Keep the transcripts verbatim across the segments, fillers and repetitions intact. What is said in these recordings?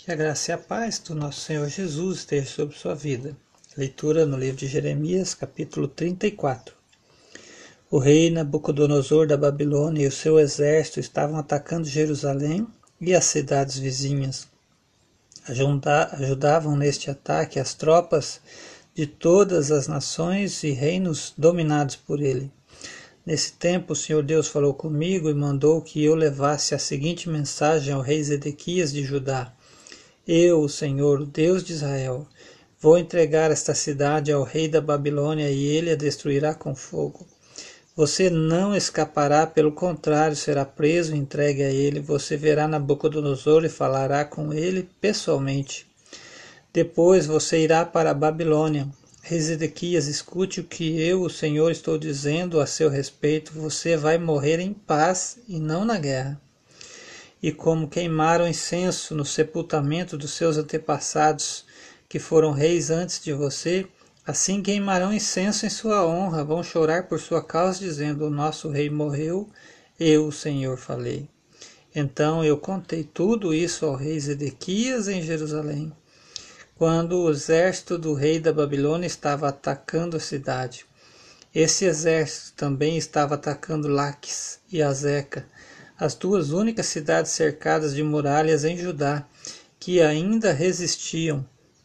Que a graça e a paz do nosso Senhor Jesus esteja sobre sua vida. Leitura no livro de Jeremias, capítulo trinta e quatro. O rei Nabucodonosor da Babilônia e o seu exército estavam atacando Jerusalém e as cidades vizinhas. Ajudavam neste ataque as tropas de todas as nações e reinos dominados por ele. Nesse tempo o Senhor Deus falou comigo e mandou que eu levasse a seguinte mensagem ao rei Zedequias de Judá. Eu, o Senhor, o Deus de Israel, vou entregar esta cidade ao rei da Babilônia e ele a destruirá com fogo. Você não escapará, pelo contrário, será preso e entregue a ele. Você verá Nabucodonosor e falará com ele pessoalmente. Depois você irá para a Babilônia. Rei Zedequias, escute o que eu, o Senhor, estou dizendo a seu respeito. Você vai morrer em paz e não na guerra. E como queimaram incenso no sepultamento dos seus antepassados, que foram reis antes de você, assim queimarão incenso em sua honra, vão chorar por sua causa, dizendo, o nosso rei morreu, eu, o Senhor, falei. Então eu contei tudo isso ao rei Zedequias em Jerusalém, quando o exército do rei da Babilônia estava atacando a cidade. Esse exército também estava atacando Laquis e Azeca, as duas únicas cidades cercadas de muralhas em Judá, que ainda resistiam.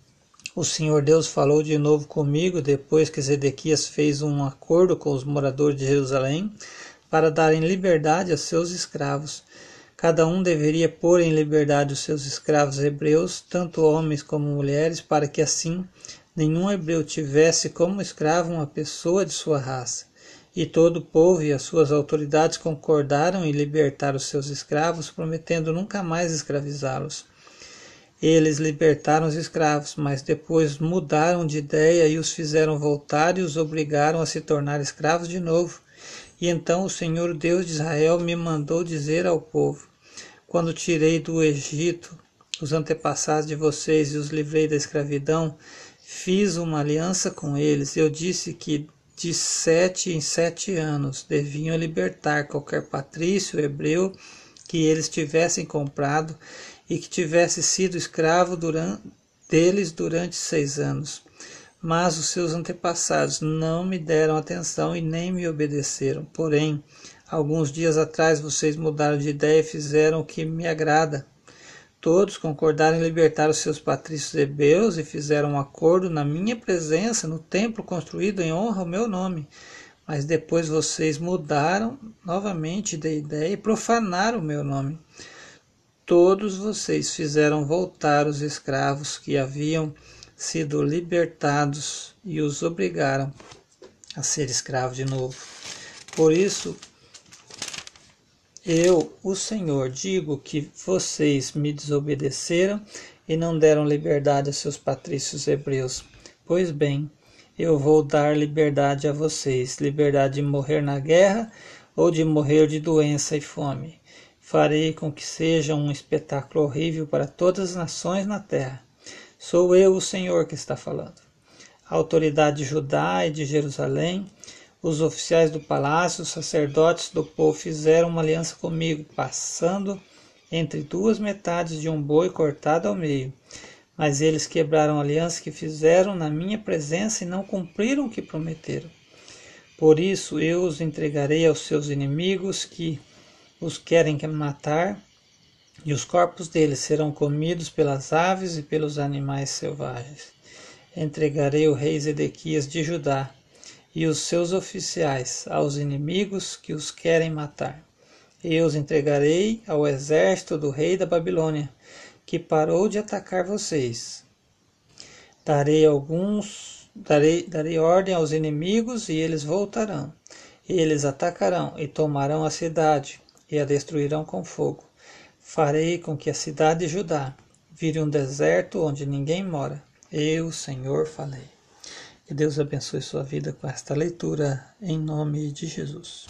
O Senhor Deus falou de novo comigo depois que Zedequias fez um acordo com os moradores de Jerusalém para darem liberdade aos seus escravos. Cada um deveria pôr em liberdade os seus escravos hebreus, tanto homens como mulheres, para que assim nenhum hebreu tivesse como escravo uma pessoa de sua raça. E todo o povo e as suas autoridades concordaram em libertar os seus escravos, prometendo nunca mais escravizá-los. Eles libertaram os escravos, mas depois mudaram de ideia e os fizeram voltar e os obrigaram a se tornar escravos de novo. E então o Senhor Deus de Israel me mandou dizer ao povo, quando tirei do Egito os antepassados de vocês e os livrei da escravidão, fiz uma aliança com eles. Eu disse que de sete em sete anos deviam libertar qualquer patrício hebreu que eles tivessem comprado e que tivesse sido escravo durante, deles durante seis anos. Mas os seus antepassados não me deram atenção e nem me obedeceram. Porém, alguns dias atrás vocês mudaram de ideia e fizeram o que me agrada. Todos concordaram em libertar os seus patrícios hebreus e fizeram um acordo na minha presença no templo construído em honra ao meu nome. Mas depois vocês mudaram novamente de ideia e profanaram o meu nome. Todos vocês fizeram voltar os escravos que haviam sido libertados e os obrigaram a ser escravos de novo. Por isso, eu, o Senhor, digo que vocês me desobedeceram e não deram liberdade a seus patrícios hebreus. Pois bem, eu vou dar liberdade a vocês, liberdade de morrer na guerra ou de morrer de doença e fome. Farei com que seja um espetáculo horrível para todas as nações na terra. Sou eu, o Senhor, que está falando. A autoridade de Judá e de Jerusalém, os oficiais do palácio, os sacerdotes do povo fizeram uma aliança comigo, passando entre duas metades de um boi cortado ao meio. Mas eles quebraram a aliança que fizeram na minha presença e não cumpriram o que prometeram. Por isso eu os entregarei aos seus inimigos que os querem matar, e os corpos deles serão comidos pelas aves e pelos animais selvagens. Entregarei o rei Zedequias de Judá e os seus oficiais aos inimigos que os querem matar. Eu os entregarei ao exército do rei da Babilônia, que parou de atacar vocês. Darei alguns, darei, darei ordem aos inimigos e eles voltarão. Eles atacarão e tomarão a cidade e a destruirão com fogo. Farei com que a cidade de Judá vire um deserto onde ninguém mora. Eu, Senhor, falei. Que Deus abençoe sua vida com esta leitura, em nome de Jesus.